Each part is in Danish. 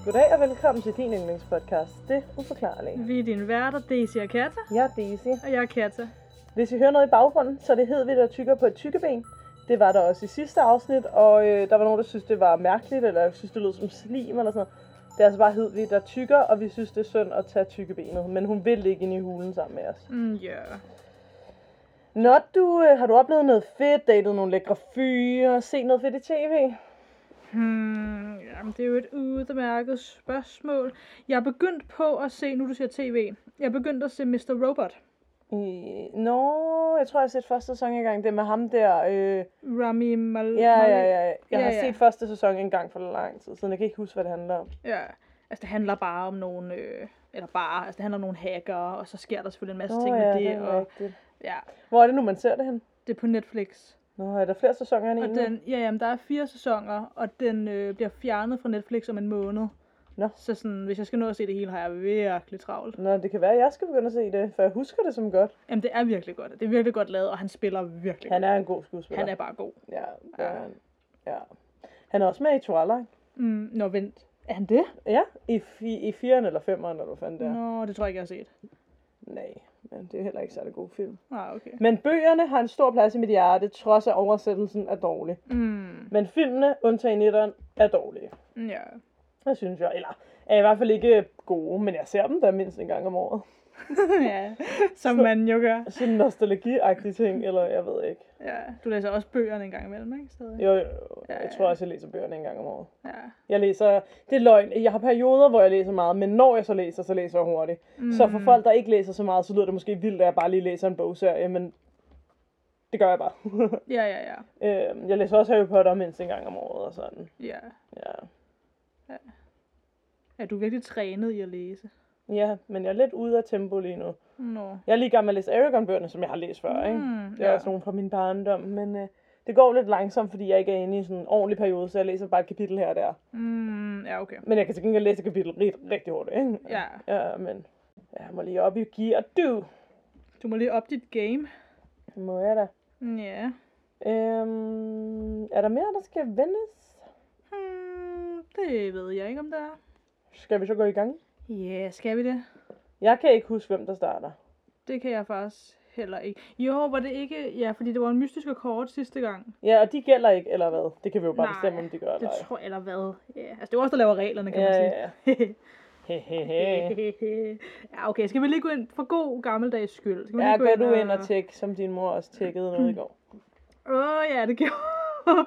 Goddag og velkommen til din yndlingspodcast, Det Uforklarlige. Vi er dine værter, Daisy og Katja. Jeg er Daisy. Og jeg er Katja. Hvis I hører noget i baggrunden, så er det Hedvig, der tykker på et tykkeben. Det var der også i sidste afsnit, og der var nogen, der synes det var mærkeligt, eller synes det lød som slim eller sådan noget. Det er altså bare Hedvig, der tykker, og vi synes det er synd at tage tykkebenet, men hun vil ligge inde i hulen sammen med os. Ja. Nå, har du oplevet noget fedt, datet nogle lækre fyre, set noget fedt i tv? Jamen, det er jo et udmærket spørgsmål. Jeg er begyndt på at se, nu du siger tv, jeg er begyndt at se Mr. Robot. Jeg tror, jeg har set første sæson engang. Det er med ham der. Rami Malek. Ja. Jeg har set første sæson en gang for lang tid siden. Jeg kan ikke huske, hvad det handler om. Ja, altså det handler bare om nogle, det handler om nogle hacker, og så sker der selvfølgelig en masse ting med det. Og, ja. Hvor er det nu, man ser det hen? Det er på Netflix. Nå, er der flere sæsoner end en? Der er 4 sæsoner, og den bliver fjernet fra Netflix om en måned. Nå. Så sådan, hvis jeg skal nå at se det hele, har jeg virkelig travlt. Nå, det kan være, at jeg skal begynde at se det, for jeg husker det som godt. Jamen, det er virkelig godt. Det er virkelig godt lavet, og han spiller virkelig godt. Han er en god skuespiller. Han er bare god. Ja, det er han. Ja. Han er også med i Twilight. Nå, vent. Er han det? Ja, i 4'eren eller 5'eren, eller hvad fanden det er. Nå, det tror jeg ikke, jeg har set. Nej, men det er heller ikke særlig god film. Okay. Men bøgerne har en stor plads i mit hjerte, trods at oversættelsen er dårlig. Men filmene, undtagen 1'eren, er dårlige. Ja. Det synes jeg, eller er i hvert fald ikke gode, men jeg ser dem der mindst en gang om året. Ja, som man jo gør. Sådan nostalgi-agtige ting, eller jeg ved ikke. Ja, du læser også bøgerne en gang imellem, ikke? Stadig? Jo. Jeg tror også, jeg læser bøgerne en gang om året. Ja. Jeg læser, det er løgn, jeg har perioder, hvor jeg læser meget, men når jeg så læser jeg hurtigt. Så for folk, der ikke læser så meget, så lyder det måske vildt, at jeg bare lige læser en bogserie, men det gør jeg bare. Ja. Jeg læser også Harry Potter mindst en gang om året og sådan. Ja. Ja. Er du virkelig trænet i at læse? Ja, men jeg er lidt ude af tempo lige nu. Nå. Jeg er lige gammel med at læse Eragon-bøgerne, som jeg har læst før, ikke? Det er også nogle fra min barndom, men det går lidt langsomt, fordi jeg ikke er inde i sådan en ordentlig periode, så jeg læser bare et kapitel her og der. Ja, okay. Men jeg kan til gengæld læse et kapitel rigtig hurtigt, ikke? Ja. Ja, men jeg må lige op i gear, Du må lige op dit game. Må jeg da. Ja. Er der mere, der skal vendes? Det ved jeg ikke, om der er. Skal vi så gå i gang? Ja, skal vi det? Jeg kan ikke huske, hvem der starter. Det kan jeg faktisk heller ikke. Jo, var det ikke... Ja, fordi det var en mystisk kort sidste gang. Ja, og de gælder ikke, eller hvad? Det kan vi jo bare bestemme, om de gør, eller det tror jeg, eller hvad. Ja, altså det er også der laver reglerne, kan man sige. Ja, okay. Skal vi lige gå ind for god gammeldags skyld? Skal vi lige gå du ind og tjek, som din mor også tjekkede noget i går. Ja, det gjorde.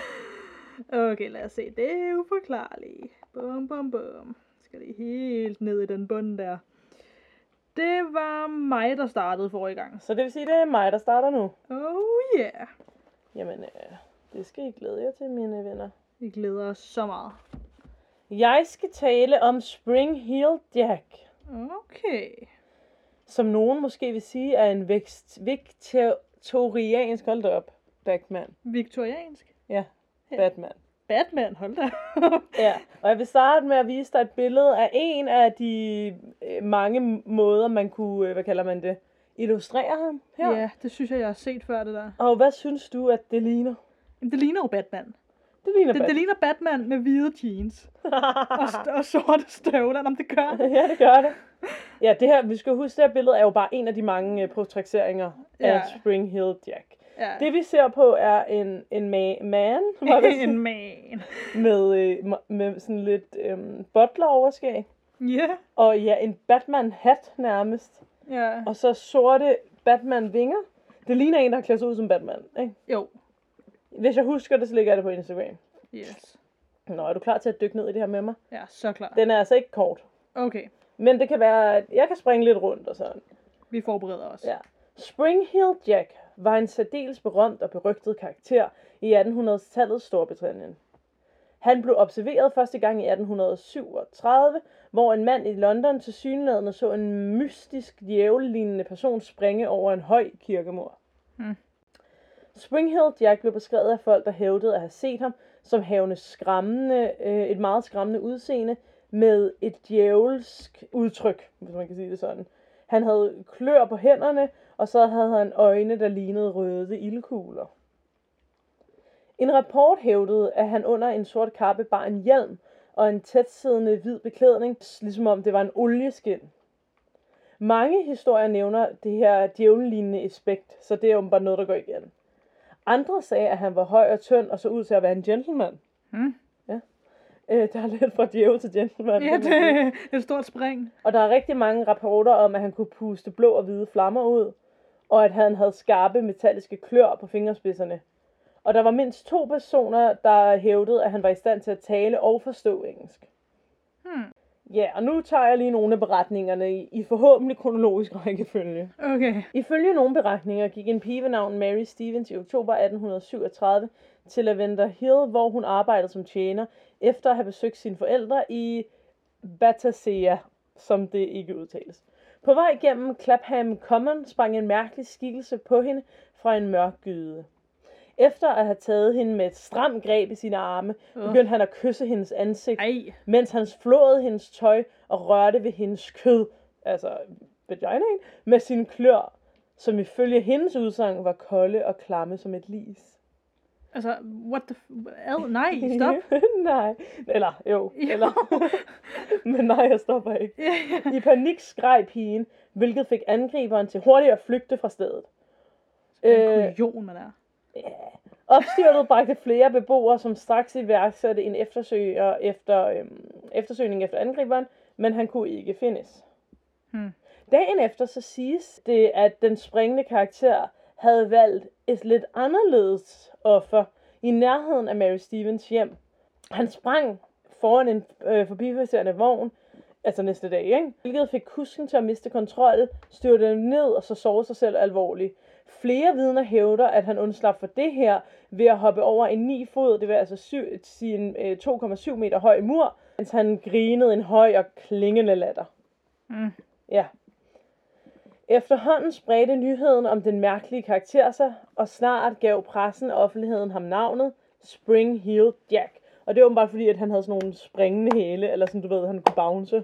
Okay, lad os se. Det er uforklarligt. Bum. Skal det helt ned i den bund der. Det var mig, der startede forrige gang. Så det vil sige, det er mig, der starter nu? Oh yeah. Jamen, det skal I glæde jer til, mine venner. Vi glæder os så meget. Jeg skal tale om Spring Heel Jack. Okay. Som nogen måske vil sige, er en viktoriansk, hold da op, Batman. Viktoriansk? Ja, Batman. Batman, hold da. Ja, og jeg vil starte med at vise dig et billede af en af de mange måder, man kunne, hvad kalder man det, illustrere ham her. Ja, det synes jeg har set før, det der. Og hvad synes du, at det ligner? Jamen, det ligner jo Batman. Det ligner Batman med hvide jeans. og sorte støvler, om det gør det. Ja, det gør det. Ja, det her, vi skal huske, det her billede er jo bare en af de mange portrætteringer af Spring Heel Jack. Ja. Det vi ser på er en man. En man. Med sådan lidt butler-overskæg. Ja. Og ja, en Batman-hat nærmest. Ja. Og så sorte Batman-vinger. Det ligner en, der har klædt sig ud som Batman, ikke? Jo. Hvis jeg husker det, så ligger jeg det på Instagram. Yes. Nå, er du klar til at dykke ned i det her med mig? Ja, så klar. Den er altså ikke kort. Okay. Men det kan være, at jeg kan springe lidt rundt og sådan. Vi forbereder os. Ja. Spring Heel Jack var en særdeles berømt og berygtet karakter i 1800-tallets Storbritannien. Han blev observeret første gang i 1837, hvor en mand i London tilsyneladende så en mystisk djævelignende person springe over en høj kirkemur. Spring Heel Jack blev beskrevet af folk, der hævdede at have set ham som havende et meget skræmmende udseende med et djævelsk udtryk, hvis man kan sige det sådan. Han havde klør på hænderne, og så havde han øjne, der lignede røde ildkugler. En rapport hævdede, at han under en sort kappe bar en hjelm, og en tætsiddende hvid beklædning, ligesom om det var en olieskin. Mange historier nævner det her djævellignende aspekt, så det er jo bare noget, der går igen. Andre sagde, at han var høj og tynd og så ud til at være en gentleman. Ja. Der er lidt fra djævel til gentleman. Ja, det er et stort spring. Og der er rigtig mange rapporter om, at han kunne puste blå og hvide flammer ud, og at han havde skarpe metalliske klør på fingerspidserne. Og der var mindst 2 personer, der hævdede, at han var i stand til at tale og forstå engelsk. Ja, og nu tager jeg lige nogle af beretningerne i forhåbentlig kronologisk rækkefølge. Okay. Ifølge nogle beretninger gik en pige ved navn Mary Stevens i oktober 1837 til Lavender Hill, hvor hun arbejdede som tjener, efter at have besøgt sine forældre i Battersea, som det ikke udtales. På vej igennem Clapham Common sprang en mærkelig skikkelse på hende fra en mørk gyde. Efter at have taget hende med et stramt greb i sine arme, begyndte han at kysse hendes ansigt, mens han flåede hendes tøj og rørte ved hendes kød, altså vaginaen, med sine klør, som ifølge hendes udsagn var kolde og klamme som et lis. Altså, nej, stop. Nej, eller jo, eller, men nej, jeg stopper ikke. I panik skreg pigen, hvilket fik angriberen til hurtigt at flygte fra stedet. En kujon, man er. Ja. Opstyrtet bragte flere beboere, som straks iværksatte en eftersøgning efter angriberen, men han kunne ikke findes. Dagen efter så siges det, at den springende karakter havde valgt et lidt anderledes offer i nærheden af Mary Stevens hjem. Han sprang foran en forbipasserende vogn, altså næste dag, ikke? Hvilket fik kusken til at miste kontrol, styrte ned og så sårede sig selv alvorligt. Flere vidner hævder, at han undslap for det her ved at hoppe over en 9 fod, det vil altså sige en 2,7 meter høj mur, mens han grinede en høj og klingende latter. Ja. Efterhånden spredte nyheden om den mærkelige karakter sig, og snart gav pressen og offentligheden ham navnet Spring Heel Jack. Og det var bare fordi, at han havde sådan nogle springende hæle, eller sådan, du ved, han kunne bounce.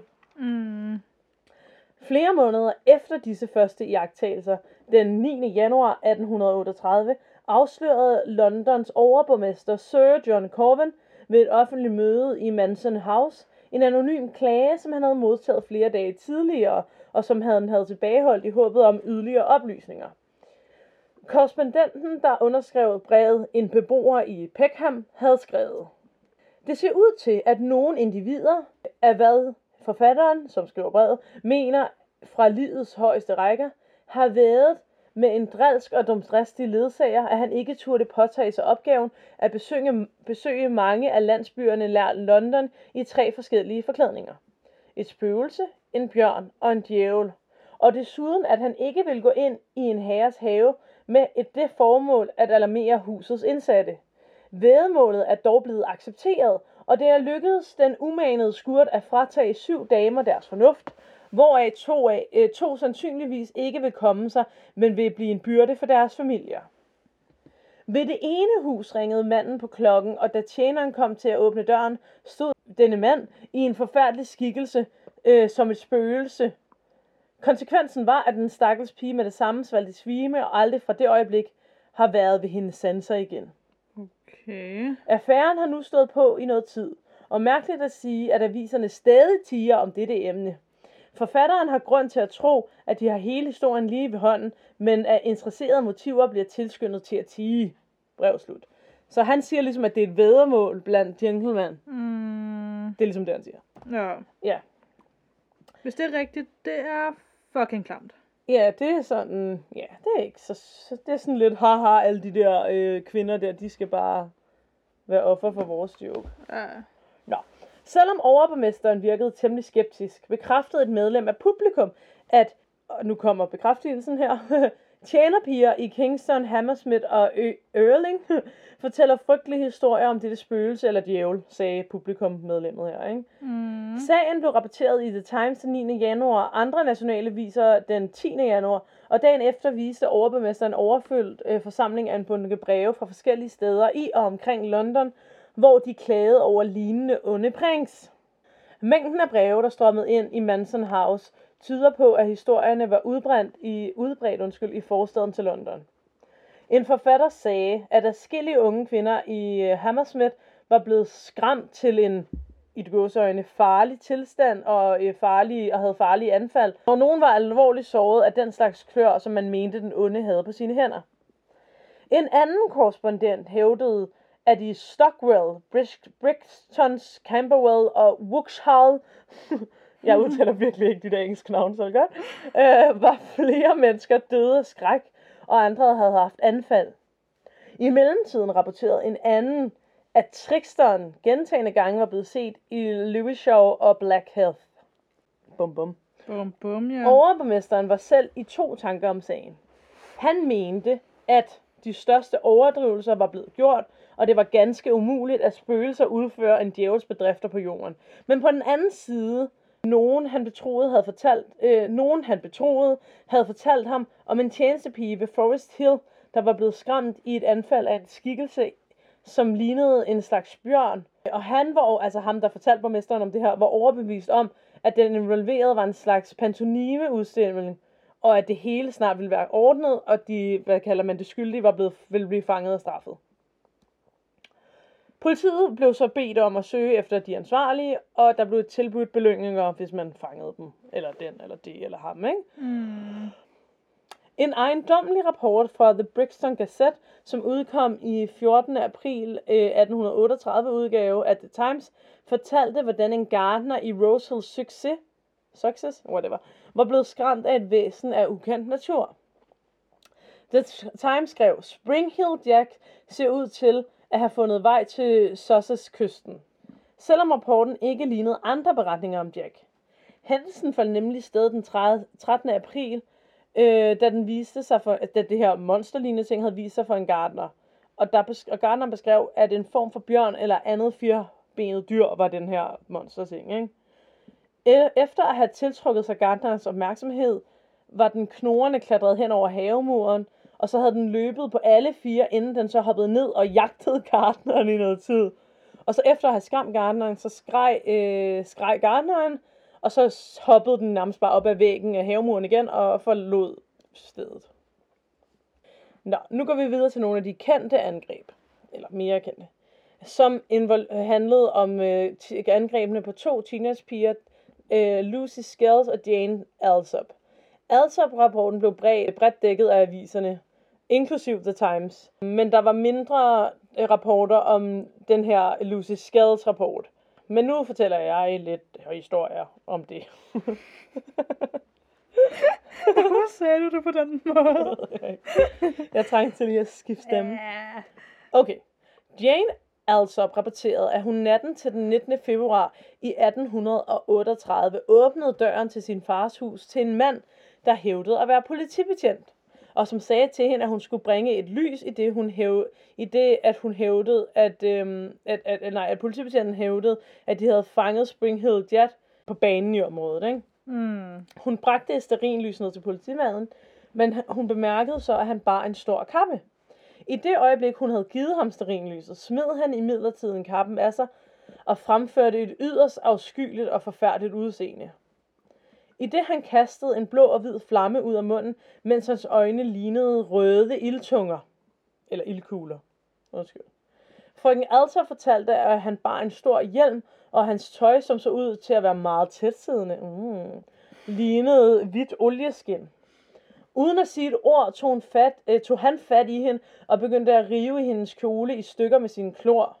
Flere måneder efter disse første iagttagelser, den 9. januar 1838, afslørede Londons overborgmester Sir John Corwin ved et offentligt møde i Mansion House en anonym klage, som han havde modtaget flere dage tidligere, og som han havde tilbageholdt i håbet om yderligere oplysninger. Korrespondenten, der underskrev brevet, en beboer i Peckham, havde skrevet: Det ser ud til, at nogle individer af hvad forfatteren, som skriver brevet, mener fra livets højeste rækker, har været med en drilsk og dumdristig ledsager, at han ikke turde påtage sig opgaven at besøge mange af landsbyerne nær London i 3 forskellige forklædninger. Et spøgelse, en bjørn og en djævel. Og desuden, at han ikke vil gå ind i en herres have med det formål at alarmere husets indsatte. Væddemålet er dog blevet accepteret, og det er lykkedes den umanede skurt at fratage 7 damer deres fornuft, hvoraf 2 sandsynligvis ikke vil komme sig, men vil blive en byrde for deres familier. Ved det ene hus ringede manden på klokken, og da tjeneren kom til at åbne døren, stod denne mand i en forfærdelig skikkelse som et spøgelse. Konsekvensen var, at den stakkels pige med det samme svalgte svime, og aldrig fra det øjeblik har været ved hendes sanser igen. Okay. Affæren har nu stået på i noget tid, og mærkeligt at sige, at aviserne stadig tiger om dette emne. Forfatteren har grund til at tro, at de har hele historien lige ved hånden, men at interesserede motiver bliver tilskyndet til at tie. Brevslut. Så han siger ligesom, at det er et væddemål blandt gentlemen. Det er ligesom det, han siger. Ja. Hvis det er rigtigt, det er fucking klamt. Ja, det er sådan, ja, det er ikke så det er sådan lidt, haha, alle de der kvinder der, de skal bare være offer for vores joke. Nå. Selvom overborgmesteren virkede temmelig skeptisk, bekræftede et medlem af publikum, at, og nu kommer bekræftelsen her, tjenerpiger i Kingston, Hammersmith og Erling fortæller frygtelige historier om dette spøgelse eller djævel, sagde publikummedlemmet her, ikke? Sagen blev rapporteret i The Times den 9. januar, andre nationale viser den 10. januar, og dagen efter viste overborgmesteren overfyldt forsamling af en bunke breve fra forskellige steder i og omkring London, hvor de klagede over lignende onde pranks. Mængden af breve, der strømmede ind i Mansion House, tyder på, at historierne var udbredt i forstaden til London. En forfatter sagde, at adskillige unge kvinder i Hammersmith var blevet skræmt til en i gåseøjne farlig tilstand og havde farlige anfald, og nogen var alvorligt såret af den slags klør, som man mente den onde havde på sine hænder. En anden korrespondent hævdede, at i Stockwell, Brixtons, Camberwell og Vauxhall, jeg udtaler virkelig ikke de der engelske navne så godt, var flere mennesker døde af skræk, og andre havde haft anfald. I mellemtiden rapporterede en anden, at tricksteren gentagne gange var blevet set i Lewisham og Blackheath. Bum bum. Bum bum, ja. Overborgmesteren var selv i 2 tanker om sagen. Han mente, at de største overdrivelser var blevet gjort, og det var ganske umuligt, at spøgelser udfører en djævels bedrifter på jorden. Men på den anden side, nogen han betroede havde fortalt ham om en tjenestepige ved Forest Hill, der var blevet skræmt i et anfald af en skikkelse, som lignede en slags bjørn. Og han var, altså ham, der fortalte borgmesteren om det her, var overbevist om, at den involverede var en slags pantomimeudstilling, og at det hele snart ville være ordnet, og de skyldige ville blive fanget og straffet. Politiet blev så bedt om at søge efter de ansvarlige, og der blev tilbudt belønninger, hvis man fangede dem, eller den, eller det, eller ham, ikke? Mm. En ejendommelig rapport fra The Brixton Gazette, som udkom i 14. april 1838 udgave af The Times, fortalte, hvordan en gartner i Rose Hill Success, var blevet skræmt af et væsen af ukendt natur. The Times skrev, Spring Hill Jack ser ud til at have fundet vej til Sussex-kysten, selvom rapporten ikke lignede andre beretninger om Jack. Hændelsen faldt nemlig sted den 13. april, da det her monsterlignende ting havde vist sig for en gartner. Og gartneren beskrev, at en form for bjørn eller andet firbenet dyr var den her monsterting, ikke? Efter at have tiltrukket sig gartnerens opmærksomhed, var den knurrende klatret hen over havemuren, og så havde den løbet på alle 4, inden den så hoppede ned og jagtede gartneren i noget tid. Og så efter at have skræmt gartneren, så skreg gartneren, og så hoppede den nærmest bare op ad væggen af havemuren igen og forlod stedet. Nå, nu går vi videre til nogle af de kendte angreb, eller mere kendte, som handlede om angrebene på 2 teenagepiger, Lucy Scales og Jane Alsop. Alsop-rapporten blev bredt dækket af aviserne, inklusiv The Times, men der var mindre rapporter om den her Lucy Scales rapport. Men nu fortæller jeg lidt historier om det. Hvorfor sagde du det på den måde? Jeg trængte til lige at skifte stemme. Okay. Jane Alsop rapporterede, at hun natten til den 19. februar i 1838 åbnede døren til sin fars hus til en mand, der hævdede at være politibetjent, og som sagde til hende, at hun skulle bringe et lys, at politibetjenten hævdede, at de havde fanget Spring Hill Jack på banen i området, ikke? Mm. Hun bragte stearinlys ned til politimanden, men hun bemærkede så, at han bar en stor kappe. I det øjeblik, hun havde givet ham stearinlyset, smed han imidlertid en kappen af sig og fremførte et yderst afskyeligt og forfærdeligt udseende. I det han kastede en blå og hvid flamme ud af munden, mens hans øjne lignede røde ildtunger. Eller ildkugler. Undskyld. Frøken Alsop fortalte, at han bar en stor hjelm, og hans tøj, som så ud til at være meget tætsiddende, lignede hvidt olieskin. Uden at sige et ord, tog han fat i hende og begyndte at rive i hendes kjole i stykker med sine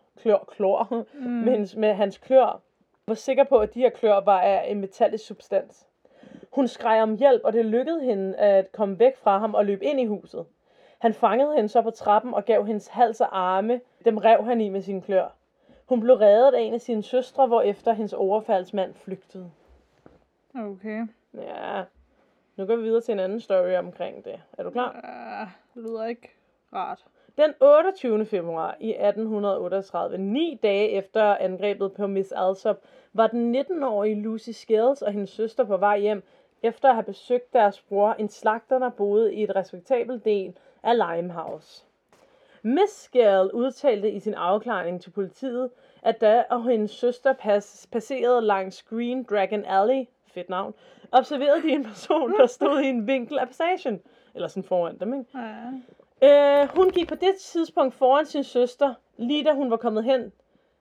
med hans klør. Var sikker på, at de her klør var af en metallisk substans. Hun skreg om hjælp, og det lykkedes hende at komme væk fra ham og løbe ind i huset. Han fangede hende så på trappen og gav hendes hals og arme. Dem rev han i med sine klør. Hun blev reddet af en af sine søstre, hvorefter hendes overfaldsmand flygtede. Okay. Ja, nu går vi videre til en anden story omkring det. Er du klar? Det lyder ikke rart. Den 28. februar i 1838, 9 dage efter angrebet på Miss Alsop, var den 19-årige Lucy Scales og hendes søster på vej hjem, efter at have besøgt deres bror, en slagter, der boede i et respektabelt del af Limehouse. Miss Scales udtalte i sin afklaring til politiet, at da og hendes søster passerede langs Green Dragon Alley, fedt navn, observerede de en person, der stod i en vinkel af passagen, eller sådan foran dem, ikke? Ja. Hun gik på det tidspunkt foran sin søster, lige da hun var kommet hen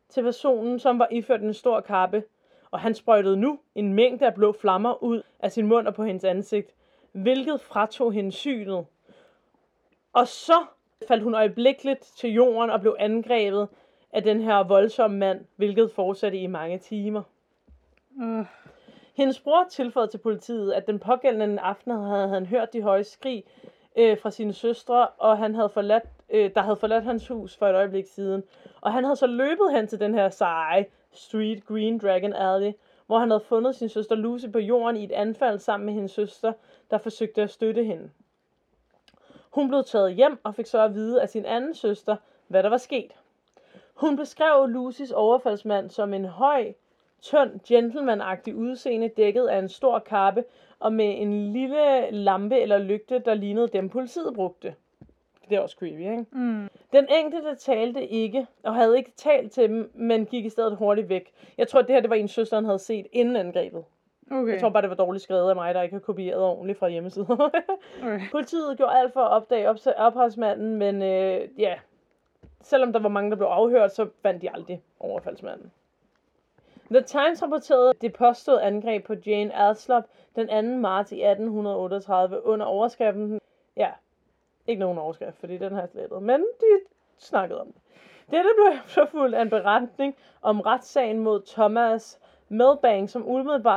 til personen, som var iført en stor kappe, og han sprøjtede nu en mængde af blå flammer ud af sin mund og på hendes ansigt, hvilket fratog hende synet. Og så faldt hun øjeblikkeligt til jorden og blev angrebet af den her voldsomme mand, hvilket fortsatte i mange timer. Hendes bror tilføjede til politiet, at den pågældende aften havde han hørt de høje skrig fra sine søstre, og han havde der havde forladt hans hus for et øjeblik siden. Og han havde så løbet hen til den her seje Street Green Dragon Alley, hvor han havde fundet sin søster Lucy på jorden i et anfald sammen med hendes søster, der forsøgte at støtte hende. Hun blev taget hjem og fik så at vide af sin anden søster, hvad der var sket. Hun beskrev Lucys overfaldsmand som en høj, tynd, gentleman-agtig udseende, dækket af en stor kappe og med en lille lampe eller lygte, der lignede dem politiet brugte. Det er også creepy, ikke? Mm. Den enkelte talte ikke, og havde ikke talt til dem, men gik i stedet hurtigt væk. Jeg tror, at det her det var en søsteren havde set inden angrebet. Okay. Jeg tror bare, det var dårligt skrevet af mig, der ikke har kopieret ordentligt fra hjemmesiden. Okay. Politiet gjorde alt for at opdage ophavsmanden, men ja, selvom der var mange, der blev afhørt, så fandt de aldrig overfaldsmanden. The Times rapporterede det påståede angreb på Jane Alsop den 2. marts i 1838 under overskriften, ja, ikke nogen overskrift, fordi den har jeg slettet, men de snakkede om det. Dette blev så fuldt af en beretning om retssagen mod Thomas Milbank, som umiddelbart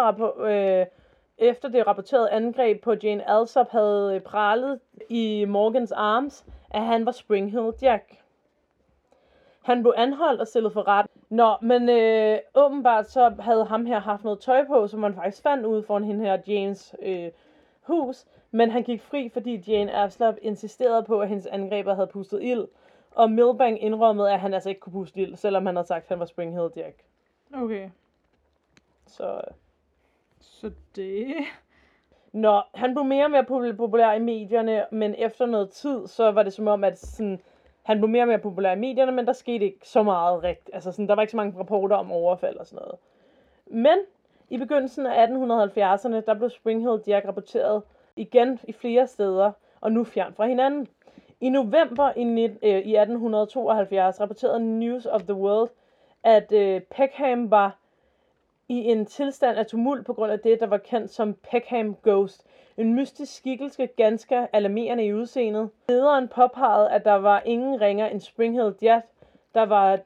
efter det rapporterede angreb på Jane Alsop havde pralet i Morgans Arms, at han var Spring Hill Jack. Han blev anholdt og stillet for ret. Men åbenbart så havde ham her haft noget tøj på, som man faktisk fandt ude foran hende her Janes hus. Men han gik fri, fordi Jane Alsop insisterede på, at hendes angreber havde pustet ild. Og Milbank indrømmede, at han altså ikke kunne puste ild, selvom han havde sagt, at han var Spring Hill Jack. Okay. Så det... Han blev mere og mere populær i medierne, men efter noget tid, så var det som om, at sådan, han blev mere og mere populær i medierne, men der skete ikke så meget rigtigt. Altså sådan, der var ikke så mange rapporter om overfald og sådan noget. Men i begyndelsen af 1870'erne, der blev Spring Hill Jack rapporteret igen i flere steder, og nu fjernt fra hinanden. I november i 1872 rapporterede News of the World, at Peckham var i en tilstand af tumult på grund af det, der var kendt som Peckham Ghost. En mystisk skikkelse, ganske alarmerende i udseendet. Lederen påpegede, at der var ingen ringer end Spring Hill Jack, der var,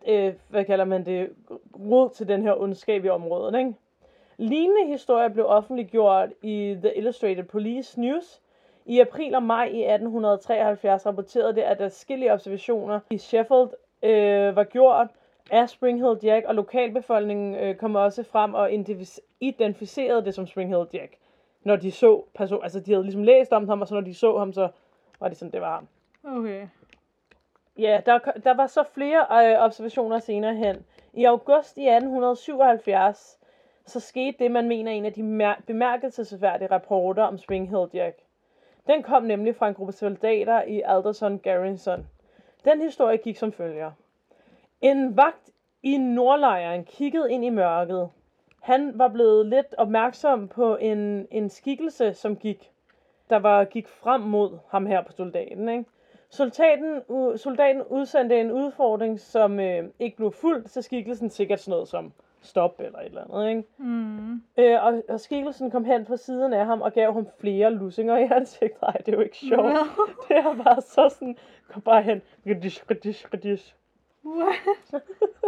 rod til den her ondskab i området, ikke? Lignende historier blev offentliggjort i The Illustrated Police News. I april og maj i 1873 rapporterede det, at adskillige observationer i Sheffield var gjort af Spring Hill Jack, og lokalbefolkningen kom også frem og identificerede det som Spring Hill Jack, når de så personen. Altså, de havde ligesom læst om ham, og så når de så ham, så var det sådan, det var ham. Okay. Ja, der var så flere observationer senere hen. I august i 1877, så skete det, man mener, en af de bemærkelsesværdige rapporter om Spring Hill Jack. Den kom nemlig fra en gruppe soldater i Alderson Garrison. Den historie gik som følger. En vagt i nordlejren kiggede ind i mørket. Han var blevet lidt opmærksom på en skikkelse, som gik frem mod ham her på soldaten, ikke? Soldaten udsendte en udfordring, som ikke blev fuldt, så skikkelsen sikkert sådan noget som stop eller et eller andet, ikke? Mm. Og skikkelsen kom hen på siden af ham og gav ham flere lussinger i ansigtet. Nej, det er jo ikke sjovt. No. Det er bare så sådan, kom bare hen. Redish. What?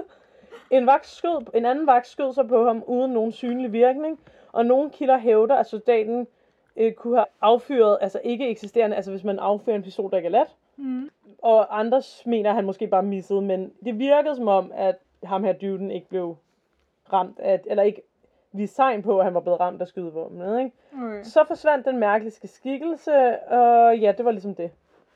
En anden vagt skød sig på ham uden nogen synlig virkning, og nogle kilder hævder, at soldaten kunne have affyret, altså ikke eksisterende, altså hvis man affyrer en pistol, der ikke er let. Mm. Og andre mener, at han måske bare missede, men det virkede som om, at ham her duden ikke blev ramt, eller ikke viste tegn på, at han var blevet ramt af skydevåbnet, ikke? Okay. Så forsvandt den mærkelige skikkelse, og ja, det var ligesom det.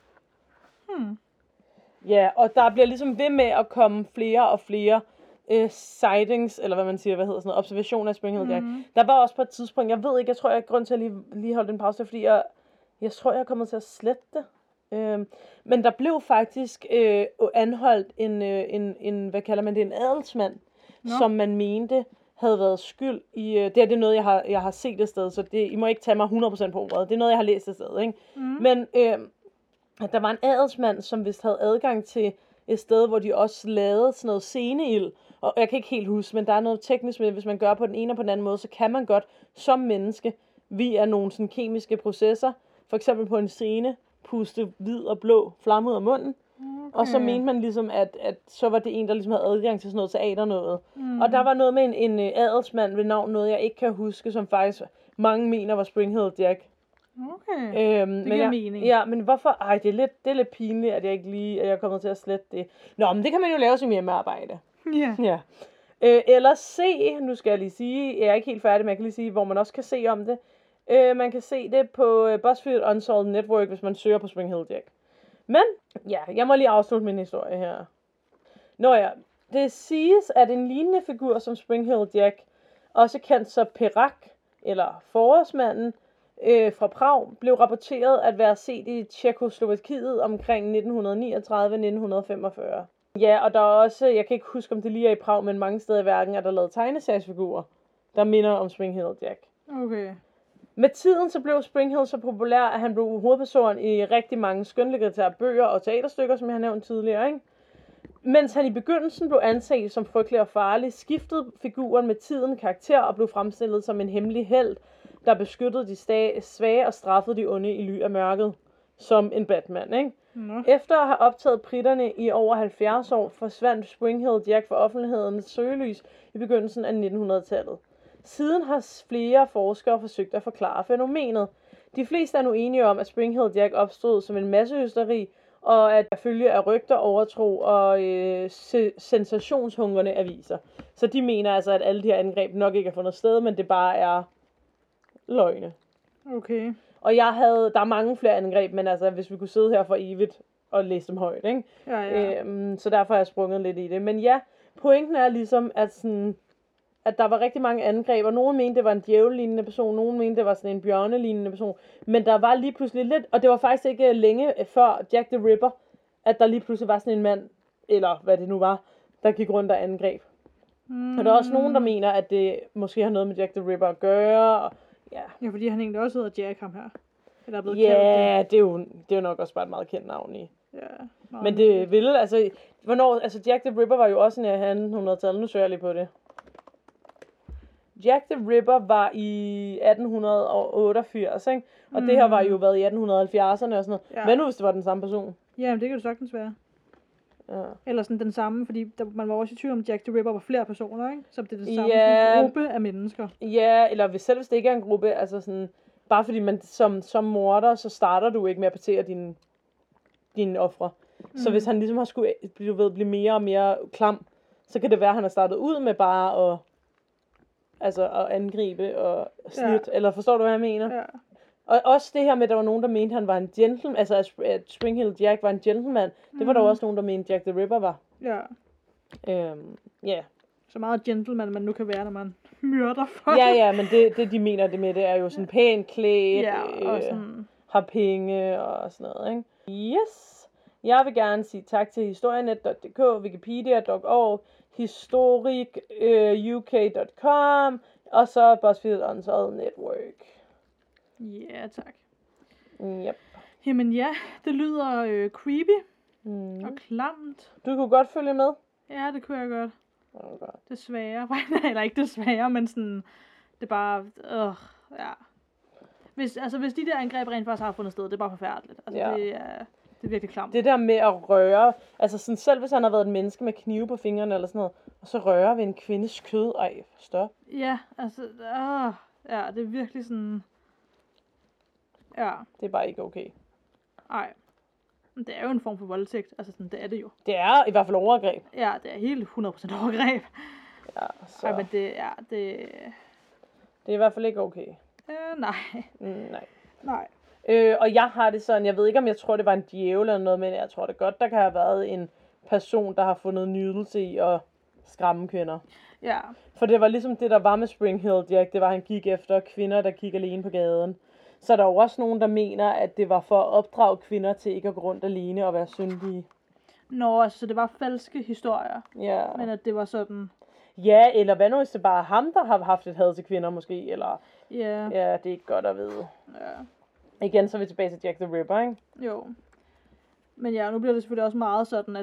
Ja, og der bliver ligesom ved med at komme flere og flere sightings, eller hvad man siger, observationer af Spring Hill Jack. Der var også på et tidspunkt, jeg ved ikke, jeg tror, jeg har grund til at lige holde den pause, fordi jeg tror, jeg er kommet til at slette det. Men der blev faktisk anholdt en hvad kalder man det, en adelsmand, som man mente havde været skyld i, det er noget, jeg har set et sted, så I må ikke tage mig 100% på ordet, det er noget, jeg har læst et sted, ikke? Men der var en adelsmand, som vist havde adgang til et sted, hvor de også lavede sådan noget sceneild. Og jeg kan ikke helt huske, men der er noget teknisk med, hvis man gør på den ene og på den anden måde, så kan man godt som menneske via nogle sådan kemiske processer, for eksempel på en scene, puste hvid og blå flamme ud af munden. Okay. Og så mente man ligesom, at så var det en, der ligesom havde adgang til sådan noget teater noget. Og der var noget med en adelsmand ved navn, noget jeg ikke kan huske, som faktisk mange mener var Spring-Heeled Jack. Okay, det giver mening. Ja, men hvorfor? Ej, det er lidt pinligt, at jeg er kommet til at slette det. Nå, men det kan man jo lave som hjemmearbejde. Yeah. Ja. Eller se, nu skal jeg lige sige, jeg er ikke helt færdig, men jeg kan lige sige, hvor man også kan se om det. Man kan se det på BuzzFeed Unsolved Network, hvis man søger på Spring-Heeled Jack. Men, ja, jeg må lige afslutte min historie her. Nå ja, det siges, at en lignende figur som Spring-Heeled Jack, også kendt som Perak, eller forårsmanden, fra Prag, blev rapporteret at være set i Tjekkoslovakiet omkring 1939-1945. Ja, og der er også, jeg kan ikke huske, om det lige er i Prag, men mange steder i verden er der lavet tegneseriesfigurer, der minder om Spring-Heeled Jack. Okay. Med tiden så blev Spring-Heeled så populær, at han blev hovedperson i rigtig mange skønlitterære bøger og teaterstykker, som jeg har nævnt tidligere, ikke? Mens han i begyndelsen blev anset som frygtelig og farlig, skiftede figuren med tiden karakter og blev fremstillet som en hemmelig helt, der beskyttede de svage og straffede de onde i ly af mørket, som en Batman, ikke? Efter at have optaget britterne i over 70 år, forsvandt Spring-Heeled Jack fra offentlighedens søgelys i begyndelsen af 1900-tallet. Siden har flere forskere forsøgt at forklare fænomenet. De fleste er nu enige om, at Spring-Heeled Jack opstod som en massehysteri, og at følge af rygter, overtro og sensationshungrende aviser. Så de mener altså, at alle de her angreb nok ikke har fundet sted, men det bare er løgne. Okay. Og der er mange flere angreb, men altså, hvis vi kunne sidde her for evigt og læse dem højt, ikke? Ja. Så derfor har jeg sprunget lidt i det. Men ja, pointen er ligesom, at der var rigtig mange angreb, og nogen mente, det var en djævelignende person, nogen mente, det var sådan en bjørnelignende person, men der var lige pludselig lidt, og det var faktisk ikke længe før Jack the Ripper, at der lige pludselig var sådan en mand, eller hvad det nu var, der gik rundt og angreb. Og der er også nogen, der mener, at det måske har noget med Jack the Ripper at gøre, og ja, fordi han egentlig også hedder Jack, ham her. Eller er blevet kaldt det. Det er jo nok også bare et meget kendt navn i. Ja. Men det ville, altså, Jack the Ripper var jo også en af 1800-tallet, nu søger jeg lige på det. Jack the Ripper var i 1888, ikke? Og det her var jo været i 1870'erne og sådan noget. Ja. Hvad nu, hvis det var den samme person? Jamen, det kan det sagtens være. Ja. Eller sådan den samme, fordi man var også i tvivl om, Jack the Ripper var flere personer, ikke? Så det er det samme sådan en gruppe af mennesker. Ja, eller hvis det ikke er en gruppe, altså sådan, bare fordi man som morder, så starter du ikke med at partere dine ofre. Så hvis han ligesom har skulle blive mere og mere klam, så kan det være, at han har startet ud med bare at angribe og snit, eller forstår du, hvad jeg mener? Ja. Og også det her med, at der var nogen, der mente, han var en gentleman, altså at Spring-Heeled Jack var en gentleman, det var der også nogen, der mente, Jack the Ripper var. Ja. Ja. Så meget gentleman man nu kan være, når man myrder folk. Ja, men det de mener det med, det er jo sådan pænt klædt, og sådan har penge og sådan noget, ikke? Yes. Jeg vil gerne sige tak til historienet.dk, wikipedia.org, historic.uk.com og så BuzzFeed Unsolved Network. Ja, tak. Yep. Jamen ja, det lyder creepy og klamt. Du kunne godt følge med? Ja, det kunne jeg godt. Okay. Desværre. Eller ikke desværre, men sådan, det er bare, ja. Hvis de der angreb rent faktisk har fundet sted, det er bare forfærdeligt. Altså, det er virkelig klamt. Det der med at røre, altså sådan, selv hvis han har været et menneske med knive på fingrene eller sådan noget, og så røre ved en kvindes kød, stop. Ja, altså, ja, det er virkelig sådan, ja. Det er bare ikke okay. Nej. Men det er jo en form for voldtægt, altså sådan, det er det jo. Det er i hvert fald overgreb. Ja, det er helt 100% overgreb. Ja, så. Ej, men det er i hvert fald ikke okay. Nej. Nej. Og jeg har det sådan, jeg ved ikke, om jeg tror, det var en djævel eller noget, men jeg tror det godt, der kan have været en person, der har fundet nydelse i at skræmme kvinder. Ja. For det var ligesom det, der var med Spring-Heeled Jack, det var, at han gik efter kvinder, der gik alene på gaden. Så er der jo også nogen, der mener, at det var for at opdrage kvinder til ikke at gå rundt alene og være syndige. Nå, altså, så det var falske historier. Ja. Men at det var sådan. Ja, eller hvad nu, hvis det bare er ham, der har haft et had til kvinder måske, eller. Ja. Ja, det er ikke godt at vide. Ja. Igen, så er vi tilbage til Jack the Ripper, ikke? Jo. Men ja, nu bliver det selvfølgelig også meget sådan, at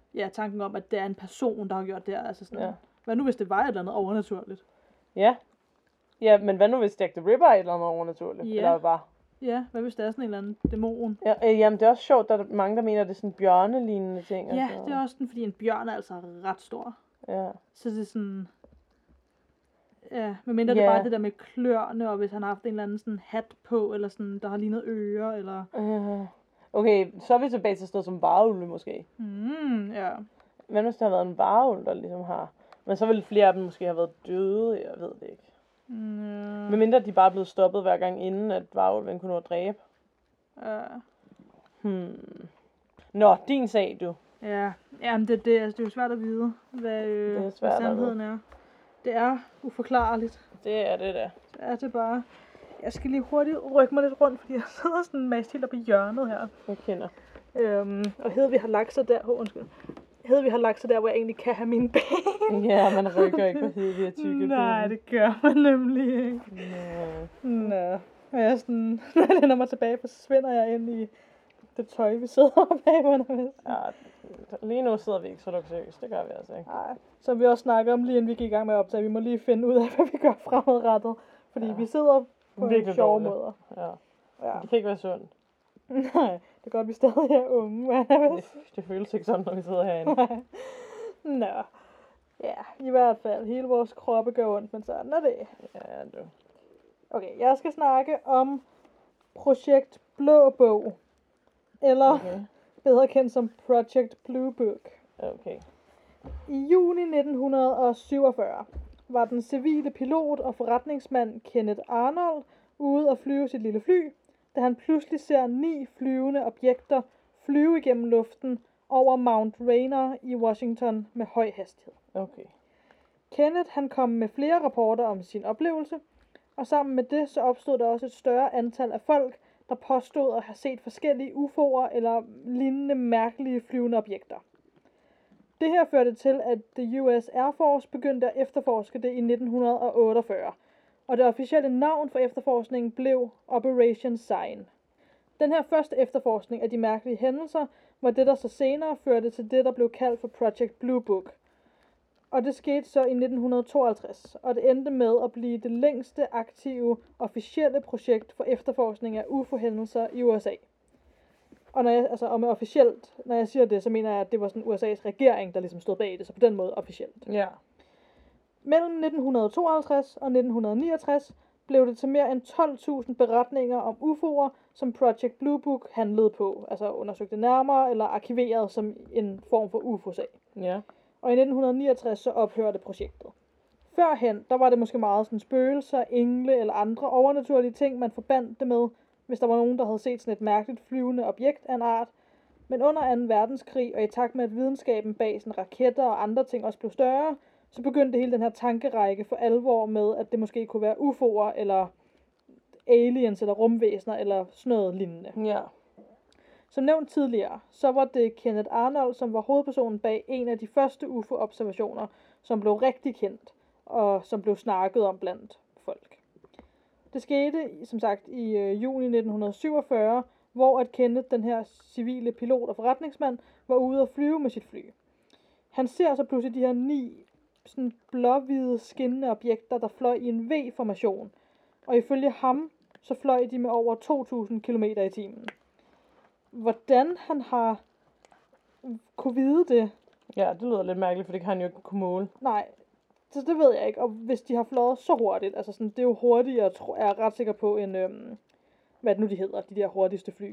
ja, tanken om, at det er en person, der har gjort det her. Altså sådan, Ja. hvad nu hvis det var et eller andet overnaturligt? Ja. Ja, men hvad nu hvis Jack the Ripper er et eller andet overnaturligt? Ja. Eller bare... Ja, hvad hvis det er sådan en eller anden dæmon? Ja, jamen det er også sjovt, der er mange, der mener, at det er sådan bjørnelignende ting. Ja, altså. det er også sådan, fordi en bjørn er altså ret stor. Ja. Så det er sådan... Ja, medmindre det Ja. er bare det der med kløerne, og hvis han har haft en eller anden sådan hat på, eller sådan, der har lignet ører, eller... Okay, så er vi tilbage til sådan noget som varulve måske. Ja. Men hvis der har været en varulv, der ligesom har... Men så ville flere af dem måske have været døde, jeg ved det ikke. Medmindre de bare er blevet stoppet hver gang, inden at varulven kunne nå at dræbe. Nå, din sag, du. Ja, jamen det er jo svært at vide, hvad, Det er svært hvad at sandheden er. Det er uforklarligt. Det er det da. Det er det bare. Jeg skal lige hurtigt rykke mig lidt rundt, fordi jeg sidder sådan mast helt oppe i hjørnet her. Jeg kender. Og Hedvig har lagt sig der, Hedvig har lagt sig der, hvor jeg egentlig kan have mine ben. Ja, man rykker ikke på Hedvig af tykke Nej, ben. det gør man nemlig ikke. Nå. Og jeg er sådan, når jeg lænder mig tilbage, forsvinder jeg ind i det tøj, vi sidder oppe af. Ja, lige nu sidder vi ikke så luksuriøst. Det gør vi altså ikke. Nej, som vi også snakker om lige inden vi gik i gang med at optage. Vi må lige finde ud af, hvad vi gør fremadrettet. Fordi vi sidder på Virkelig sjove dårligt. måder. Ja. Det kan ikke være sundt. Nej, det er godt, vi stadig er unge. Det føles ikke sådan, når vi sidder herinde. Nå. Ja, i hvert fald. Hele vores kroppe gør ondt, men sådan er det. Ja, du. Okay, jeg skal snakke om Projekt Blå Bog. Eller bedre kendt som Project Blue Book. Okay. I juni 1947 var den civile pilot og forretningsmand Kenneth Arnold ude at flyve sit lille fly, da han pludselig ser 9 flyvende objekter flyve igennem luften over Mount Rainier i Washington med høj hastighed. Okay. Kenneth han kom med flere rapporter om sin oplevelse, og sammen med det så opstod der også et større antal af folk, der påstod at have set forskellige UFO'er eller lignende mærkelige flyvende objekter. Det her førte til, at The US Air Force begyndte at efterforske det i 1948, og det officielle navn for efterforskningen blev Operation Sign. Den her første efterforskning af de mærkelige hændelser var det, der så senere førte til det, der blev kaldt for Project Blue Book. Og det skete så i 1952, og det endte med at blive det længste aktive officielle projekt for efterforskning af UFO-hændelser i USA. Og og med officielt, når jeg siger det, så mener jeg, at det var sådan USA's regering, der ligesom stod bag det, så på den måde officielt. Ja. Mellem 1952 og 1969 blev det til mere end 12.000 beretninger om UFO'er, som Project Blue Book handlede på, altså undersøgte nærmere eller arkiveret som en form for UFO-sag. Ja. Og i 1969 så ophørte projektet. Førhen, der var det måske meget sådan spøgelser, engle eller andre overnaturlige ting, man forbandt det med, hvis der var nogen, der havde set sådan et mærkeligt flyvende objekt af en art. Men under 2. verdenskrig, og i takt med, at videnskaben bag sådan raketter og andre ting også blev større, så begyndte hele den her tankerække for alvor med, at det måske kunne være UFO'er, eller aliens, eller rumvæsener, eller sådan noget lignende. Ja. Som nævnt tidligere, så var det Kenneth Arnold, som var hovedpersonen bag en af de første UFO-observationer, som blev rigtig kendt, og som blev snakket om blandt folk. Det skete, som sagt, i juni 1947, hvor at Kenneth, den her civile pilot og forretningsmand, var ude at flyve med sit fly. Han ser så pludselig de her 9 sådan blåhvide skinnende objekter, der fløj i en V-formation. Og ifølge ham, så fløj de med over 2.000 km i timen. Hvordan han har kunne vide det? Ja, det lyder lidt mærkeligt, for det kan han jo ikke kunne måle. Nej, så det ved jeg ikke. Og hvis de har fløjet så hurtigt, altså sådan, det er jo hurtigere, jeg er ret sikker på, en, hvad det nu de hedder, de der hurtigste fly.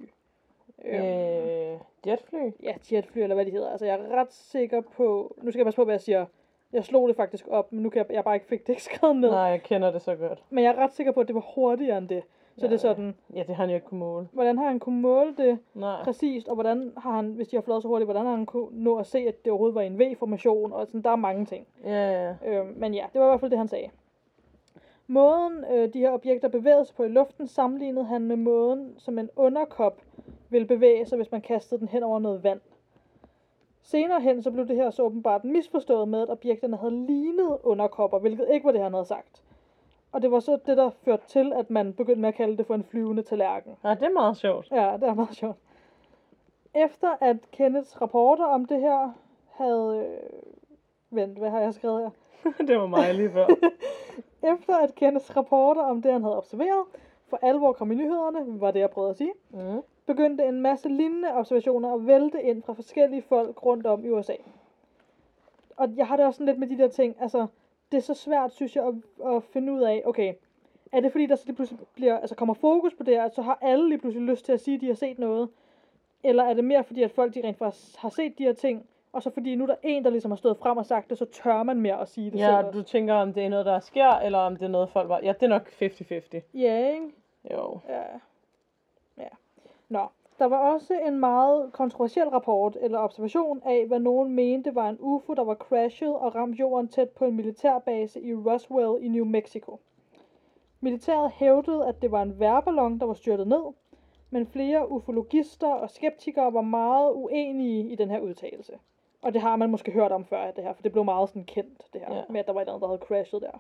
Jetfly? Ja, jetfly, eller hvad de hedder. Altså, jeg er ret sikker på, nu skal jeg passe på, hvad jeg siger. Jeg slog det faktisk op, men nu kan jeg bare ikke fik det ikke skrevet ned. Nej, jeg kender det så godt. Men jeg er ret sikker på, at det var hurtigere end det. Så det er sådan... Ja, det har han jo ikke kunne måle. Hvordan har han kunne måle det præcist, og hvordan har han, hvis de har flået så hurtigt, hvordan har han kunne nå at se, at det overhovedet var en V-formation, og sådan, der er mange ting. Ja. Men ja, det var i hvert fald det, han sagde. Måden, de her objekter bevægede sig på i luften, sammenlignede han med måden, som en underkop ville bevæge sig, hvis man kastede den hen over noget vand. Senere hen, så blev det her så åbenbart misforstået med, at objekterne havde lignet underkopper, hvilket ikke var det, han havde sagt. Og det var så det, der førte til, at man begyndte med at kalde det for en flyvende tallerken. Ja, det er meget sjovt. Ja, det er meget sjovt. Efter at Kenneths rapporter om det her havde... Vent, hvad har jeg skrevet her? Det var mig lige før. Efter at Kenneths rapporter om det, han havde observeret, for alvor kom i nyhederne, var det, jeg prøvede at sige, begyndte en masse lignende observationer at vælte ind fra forskellige folk rundt om i USA. Og jeg har det også sådan lidt med de der ting, altså, det er så svært, synes jeg, at finde ud af, okay, er det fordi, der så lige pludselig kommer fokus på det her, at så har alle lige pludselig lyst til at sige, at de har set noget, eller er det mere fordi, at folk de rent faktisk har set de her ting, og så fordi nu er der en, der ligesom har stået frem og sagt det, så tør man mere at sige det selv. Ja, du tænker, om det er noget, der sker, eller om det er noget, folk var... Ja, det er nok 50-50. Ja, ikke? Jo. Ja. Nå, der var også en meget kontroversiel rapport, eller observation af, hvad nogen mente var en UFO, der var crashet og ramt jorden tæt på en militærbase i Roswell i New Mexico. Militæret hævdede, at det var en vejrballon, der var styrtet ned, men flere ufologister og skeptikere var meget uenige i den her udtalelse. Og det har man måske hørt om før, det her, for det blev meget sådan kendt, det her, med at der var et eller andet, der havde crashet der.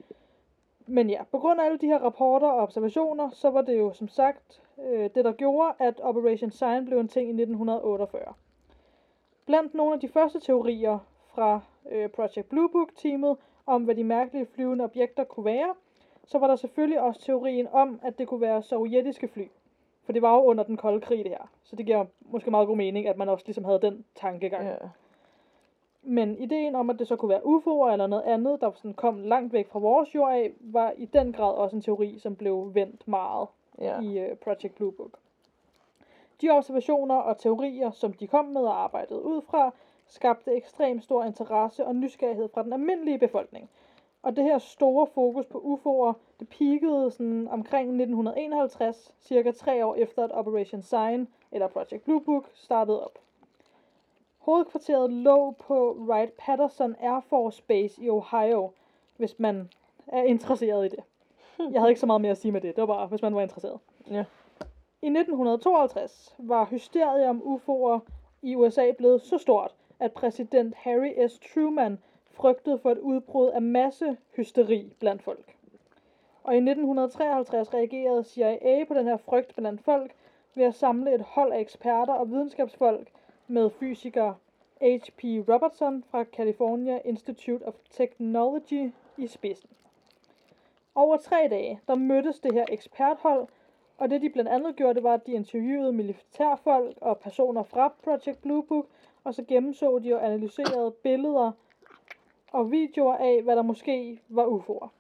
Men ja, på grund af alle de her rapporter og observationer, så var det jo som sagt det, der gjorde, at Operation Sign blev en ting i 1948. Blandt nogle af de første teorier fra Project Blue Book-teamet om, hvad de mærkelige flyvende objekter kunne være, så var der selvfølgelig også teorien om, at det kunne være sovjetiske fly. For det var jo under den kolde krig, det her. Så det giver måske meget god mening, at man også ligesom havde den tankegang. Ja. Men ideen om, at det så kunne være UFO'er eller noget andet, der sådan kom langt væk fra vores jord af, var i den grad også en teori, som blev vendt meget i Project Blue Book. De observationer og teorier, som de kom med og arbejdede ud fra, skabte ekstremt stor interesse og nysgerrighed fra den almindelige befolkning. Og det her store fokus på UFO'er, det peakede sådan omkring 1951, cirka 3 år efter at Operation Sign, eller Project Blue Book, startede op. Hovedkvarteret lå på Wright-Patterson Air Force Base i Ohio, hvis man er interesseret i det. Jeg havde ikke så meget mere at sige med det, det var bare, hvis man var interesseret. Ja. I 1952 var hysteriet om UFO'er i USA blevet så stort, at præsident Harry S. Truman frygtede for et udbrud af massehysteri blandt folk. Og i 1953 reagerede CIA på den her frygt blandt folk ved at samle et hold af eksperter og videnskabsfolk med fysiker H.P. Robertson fra California Institute of Technology i spidsen. Over 3 dage, der mødtes det her eksperthold, og det de blandt andet gjorde, det var, at de interviewede militærfolk og personer fra Project Blue Book, og så gennemså de og analyserede billeder og videoer af, hvad der måske var UFO'er.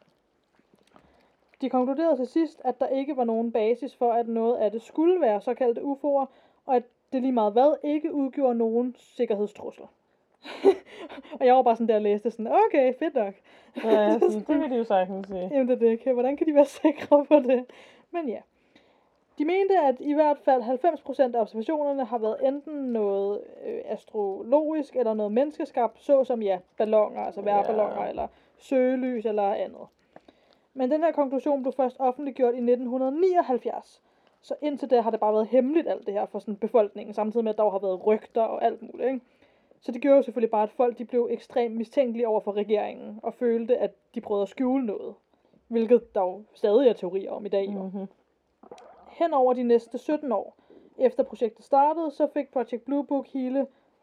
De konkluderede til sidst, at der ikke var nogen basis for, at noget af det skulle være såkaldte UFO'er, og at det lige meget hvad ikke udgjorde nogen sikkerhedstrusler. Og jeg var bare sådan der og læste sådan, okay, fedt nok. Ja, sådan, det vil de jo sagtens sige. Jamen det er det, okay. Hvordan kan de være sikre på det? Men ja. De mente, at i hvert fald 90% af observationerne har været enten noget astrologisk eller noget menneskeskabt, såsom balloner, altså vejrballoner eller søgelys eller andet. Men den her konklusion blev først offentliggjort i 1979. Så indtil da har det bare været hemmeligt alt det her for sådan befolkningen, samtidig med at der har været rygter og alt muligt, ikke? Så det gjorde jo selvfølgelig bare, at folk de blev ekstremt mistænkelige over for regeringen, og følte, at de prøvede at skjule noget. Hvilket der jo stadig er teorier om i dag. Mm-hmm. Hen over de næste 17 år, efter projektet startede, så fik Project Blue Book hele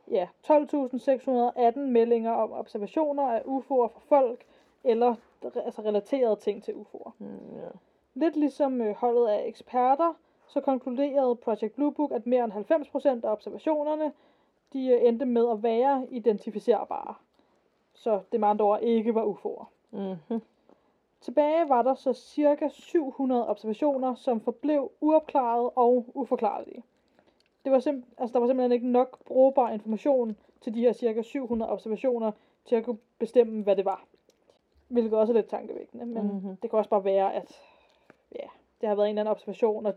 12.618 meldinger om observationer af UFO'er fra folk, eller altså relaterede ting til UFO'er. Lidt ligesom holdet af eksperter, så konkluderede Project Blue Book, at mere end 90% af observationerne, de endte med at være identificerbare. Så det med andre ord ikke var UFO'er. Mm-hmm. Tilbage var der så cirka 700 observationer, som forblev uopklarede og uforklarlige. Der var simpelthen ikke nok brugbar information til de her cirka 700 observationer, til at kunne bestemme, hvad det var. Hvilket også er lidt tankevækkende, men det kan også bare være, at det har været en eller anden observation, og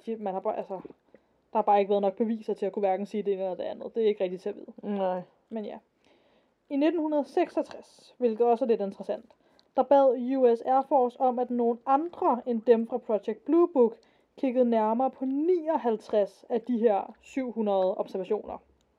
der har bare ikke været nok beviser til at kunne hverken sige det ene eller det andet. Det er ikke rigtigt til at vide. Nej. Men ja. I 1966, hvilket også er lidt interessant, der bad US Air Force om, at nogle andre end dem fra Project Blue Book kiggede nærmere på 59 af de her 700 observationer.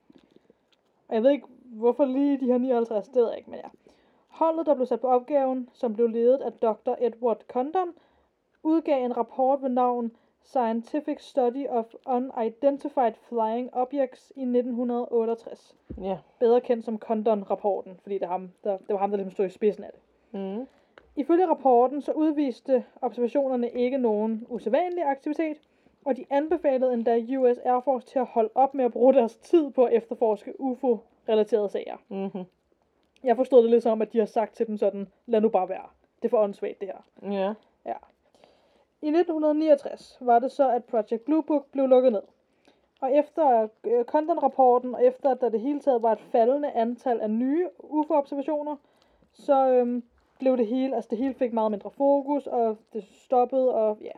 Og jeg ved ikke, hvorfor lige de her 59, det ved jeg ikke, men ja. Holdet, der blev sat på opgaven, som blev ledet af Dr. Edward Condon, udgav en rapport ved navn Scientific Study of Unidentified Flying Objects i 1968. Ja. Bedre kendt som Condon-rapporten, fordi det var ham, der ligesom stod i spidsen af det. Mm. Ifølge rapporten, så udviste observationerne ikke nogen usædvanlig aktivitet, og de anbefalede endda US Air Force til at holde op med at bruge deres tid på at efterforske UFO-relaterede sager. Mm-hmm. Jeg forstod det lidt som, at de har sagt til dem sådan, lad nu bare være. Det er for åndssvagt, det her. Ja. Ja. I 1969 var det så, at Project Blue Book blev lukket ned. Og efter Condon-rapporten, og efter at der det hele taget var et faldende antal af nye UFO-observationer, så blev det hele fik meget mindre fokus, og det stoppede, og ja.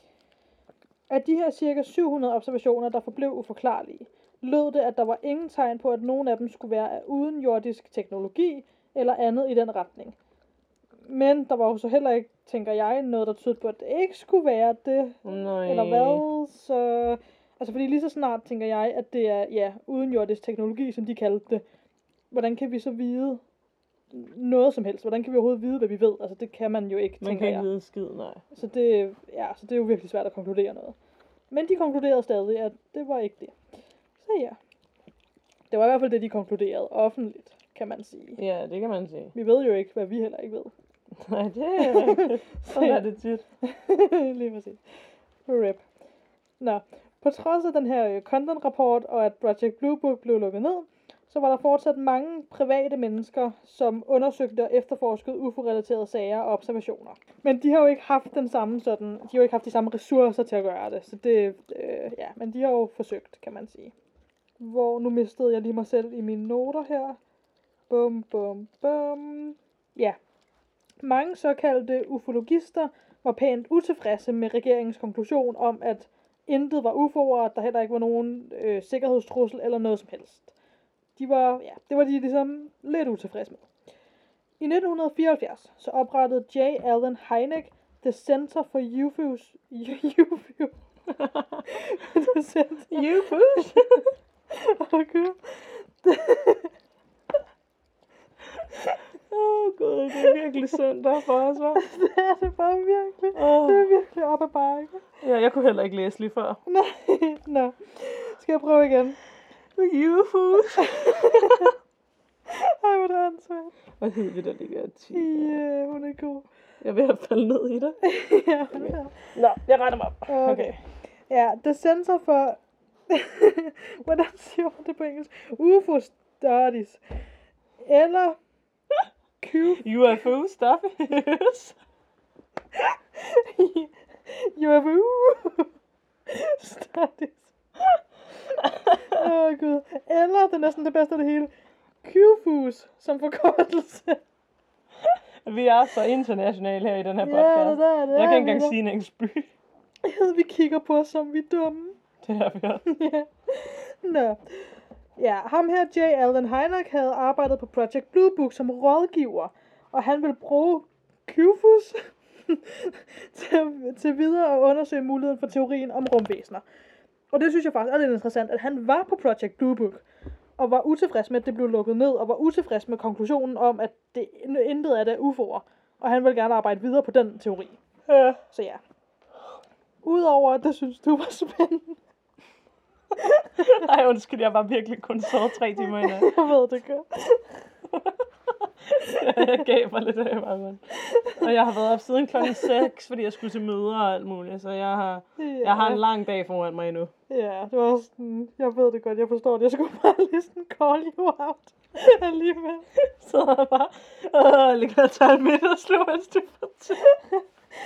Af de her cirka 700 observationer, der forblev uforklarlige, lød det, at der var ingen tegn på, at nogen af dem skulle være af udenjordisk teknologi, eller andet i den retning. Men der var jo så heller ikke, tænker jeg, noget, der tydede på, at det ikke skulle være det, Nej. eller hvad, så... Altså, fordi lige så snart tænker jeg, at det er, ja, udenjordisk teknologi, som de kaldte det. Hvordan kan vi så vide noget som helst? Hvordan kan vi overhovedet vide, hvad vi ved? Altså, det kan man jo ikke, Man tænker kan jeg. ikke vide skid, nej. Så det er jo virkelig svært at konkludere noget. Men de konkluderede stadig, at det var ikke det. Så ja. Det var i hvert fald det, de konkluderede offentligt, kan man sige. Ja, det kan man sige. Vi ved jo ikke, hvad vi heller ikke ved. Nej, det er rigtigt. Sådan er det tit. Lige præcis. RIP. Nå, på trods af den her Condon-rapport, og at Project Blue Book blev lukket ned, så var der fortsat mange private mennesker, som undersøgte og efterforskede UFO-relaterede sager og observationer. Men de har jo ikke haft den samme sådan, de har jo ikke haft de samme ressourcer til at gøre det, så det, ja, men de har jo forsøgt, kan man sige. Hvor nu mistede jeg lige mig selv i mine noter her. Bum, bum, bum. Ja. Mange såkaldte ufologister var pænt utilfredse med regeringens konklusion om, at intet var UFO'er, og at der heller ikke var nogen sikkerhedstrussel eller noget som helst. Det var de ligesom lidt utilfredse med. I 1974 så oprettede J. Allen Hynek The Center for UFOs. The Center. UFOs? Okay. Gud, det er virkelig synd der for os, hva'? Det er det bare virkelig. Det er virkelig op ad bakke. Ja, jeg kunne heller ikke læse lige før. Nej, nå. Skal jeg prøve igen? UFOs. Ej, hvor er det ansvaret. Hvad hed vi der ligger til? Ja, hun er god. Jeg er ved at falde ned i det. Ja, hun er. Nå, jeg retter mig op. Okay. Ja, The Center for... Hvordan siger man det på engelsk? UFO Studies. Eller... UFO studies. UFO Studies. Gud. Eller, det er næsten det bedste af det hele, QFUS som forkortelse. Vi er så internationale her i den her podcast. Ja, det er det. Jeg kan ikke engang sige en engelsk by. Vi kigger på os, som vi er dumme. Det er vi også. Ja. Nå. Ja, ham her, J. Allen Hynek, havde arbejdet på Project Blue Book som rådgiver, og han ville bruge QFUS til videre at undersøge muligheden for teorien om rumvæsener. Og det synes jeg faktisk er lidt interessant, at han var på Project Blue Book, og var utilfreds med, at det blev lukket ned, og var utilfreds med konklusionen om, at det intet af det er UFO'er, og han ville gerne arbejde videre på den teori. Ja. Så ja. Udover at det synes du var spændende. Ej, undskyld, jeg var virkelig kun sovet 3 timer i nat. Jeg ved det godt. Jeg gav mig lidt af mig. Og jeg har været op siden klokken 6, fordi jeg skulle til møder og alt muligt. Så jeg har en lang dag foran mig endnu. Ja, det var også sådan, jeg ved det godt, jeg forstår det. Jeg skulle bare lige sådan call you out alligevel. Så jeg bare, lige kan tage en middagslur, mens du fortæller.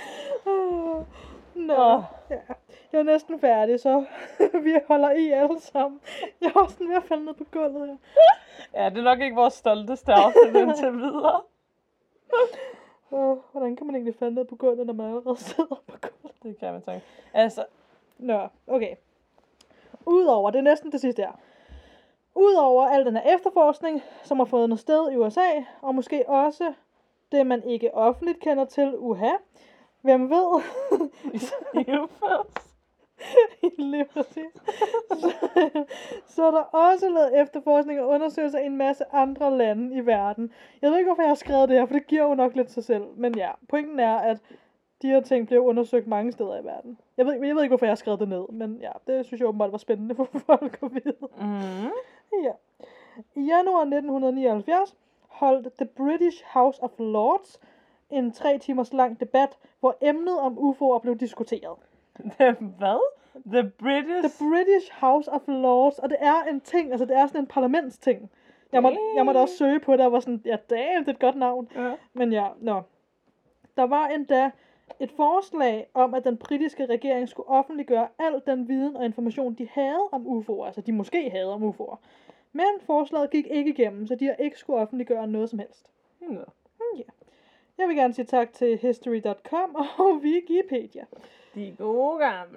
Nå, ja. Jeg er næsten færdig, så vi holder i alle sammen. Jeg er også sådan ved at falde ned på gulvet her. Ja, det er nok ikke vores stolteste afsnit indtil videre. Hvordan kan man egentlig falde ned på gulvet, når man allerede sidder på gulvet? Det kan man tænke. Altså, nå, okay. Udover, det er næsten det sidste her. Udover al den her efterforskning, som har fået noget sted i USA, og måske også det, man ikke offentligt kender til, hvem ved? UFOs. Lige præcis. Så er der også lavet efterforskning og undersøgelser i en masse andre lande i verden. Jeg ved ikke, hvorfor jeg har skrevet det her, for det giver jo nok lidt sig selv. Men ja, pointen er, at De her ting bliver undersøgt mange steder i verden. Jeg ved ikke, hvorfor jeg har skrevet det ned, men ja, det synes jeg åbenbart var spændende for folk at vide. Mm. Ja. I januar 1979 holdt The British House of Lords en 3 timers lang debat, hvor emnet om UFO'er blev diskuteret. Hvad? The British House of Lords, og det er en ting, altså det er sådan en parlamentsting. Jeg måtte også søge på det, og var sådan, ja damn, det er et godt navn. Ja. Men ja, der var endda et forslag om, at den britiske regering skulle offentliggøre al den viden og information, de havde om UFO'er, altså de måske havde om UFO'er. Men forslaget gik ikke igennem, så de har ikke skulle offentliggøre noget som helst. No. Ja. Jeg vil gerne sige tak til History.com og Wikipedia. De gode gamle.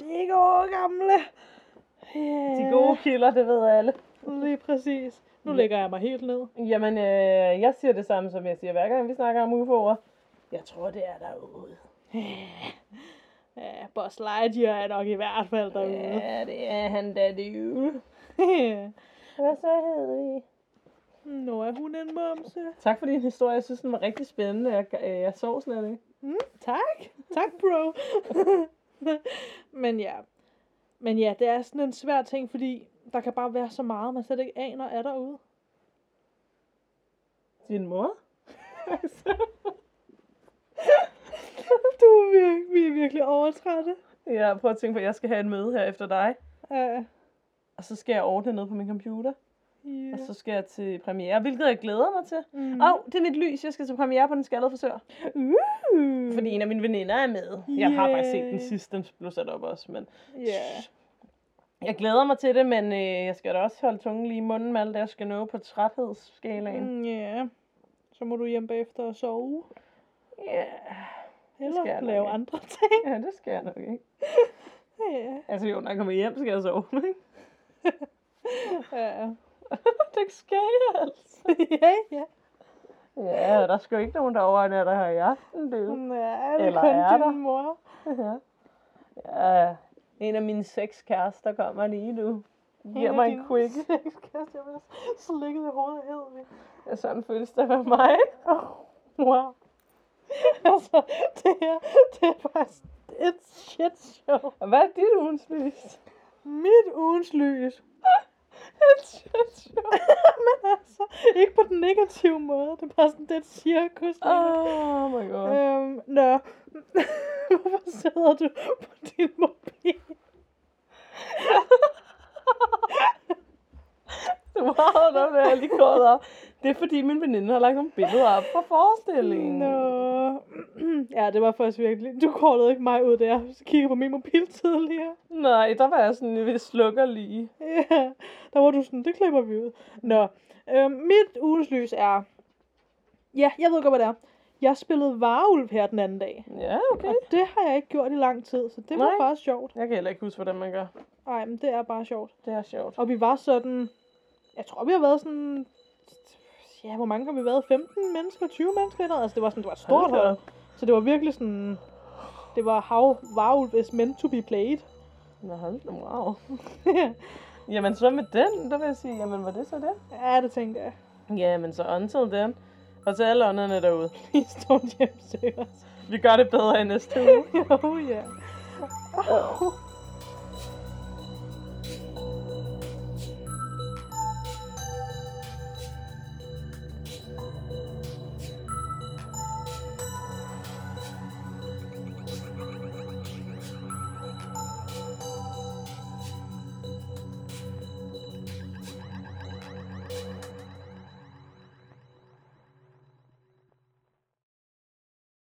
Yeah. De gode kilder, det ved alle. Lige præcis. Nu lægger jeg mig helt ned. Jamen, jeg siger det samme, som jeg siger hver gang, vi snakker om UFO'er. Jeg tror, det er derude. Ja, Buzz Lightyear er nok i hvert fald derude. Ja, det er han da derude. Hvad så hedder vi? Nå er hun en momse. Tak for din historie. Jeg synes, den var rigtig spændende. Jeg sov slet ikke. Tak bro. Men ja, det er sådan en svær ting, fordi der kan bare være så meget, man slet ikke aner er derude. Din mor? Vi er virkelig overtrætte. Jeg prøver at tænke på, at jeg skal have en møde her efter dig. Og så skal jeg ordne noget på min computer. Yeah. Og så skal jeg til premiere, hvilket jeg glæder mig til. Det er mit lys, jeg skal til premiere på Den Skaldede Frisør. Fordi en af mine veninder er med. Jeg har faktisk set den sidste, den blev sat op også. Men jeg glæder mig til det, men jeg skal da også holde tungen lige i munden med alt det, jeg skal nå på træthedsskalaen. Ja, så må du hjem bagefter og sove. Ja, eller lave andre ting. Ja, det skal jeg nok ikke. Ja. Altså jo, når jeg kommer hjem, skal jeg sove, ikke? Ja. Det skal jeg altså. Ja. Ja, der skal jo ikke nogen, der overnatter her i aften, det. Nej, det eller kun er der? din mor. Ja, en af mine 6 kærester kommer lige nu. Giver mig en quick. 6 kærester, jeg vil slikket i hovedet af Hedvig. Ja, sådan føles det for mig. Wow. Altså, det er bare et shit show. Og hvad er dit ugens lys? Mit ugens lys. Et shit show. Men altså, ikke på den negative måde. Det er bare sådan, det er et cirkus. Oh my god. Nå. Hvorfor sidder du på din mobil? Wow, der er lige kortet op. Det er fordi min veninde har lagt nogle billeder op fra forestillingen. Nå. Ja, det var faktisk virkelig. Du kortede ikke mig ud, da jeg kiggede på min mobil tidligere. Nej, der var jeg sådan, vi slukker lige. Ja, der var du sådan, det klipper vi ud. Nå, mit ugens lys er... Ja, jeg ved godt, hvad det er. Jeg spillede Varulv her den anden dag. Ja, okay. Og det har jeg ikke gjort i lang tid, så det var faktisk sjovt. Jeg kan heller ikke huske, hvordan man gør. Nej, men det er bare sjovt. Det er sjovt. Og vi var sådan... Jeg tror, vi har været sådan... Ja, hvor mange har vi været? 15 mennesker? 20 mennesker? Eller? Altså, det var et stort hold. Så det var virkelig sådan... Det var how Varulv is meant to be played. Nå, hold da, wow. Jamen, så med den, der vil jeg sige, jamen, var det så det? Ja, det tænkte jeg. Jamen, så until den. Og til alle ånderne derude. Please don't hjemsøge os. Vi gør det bedre i næste uge. Oh, ja.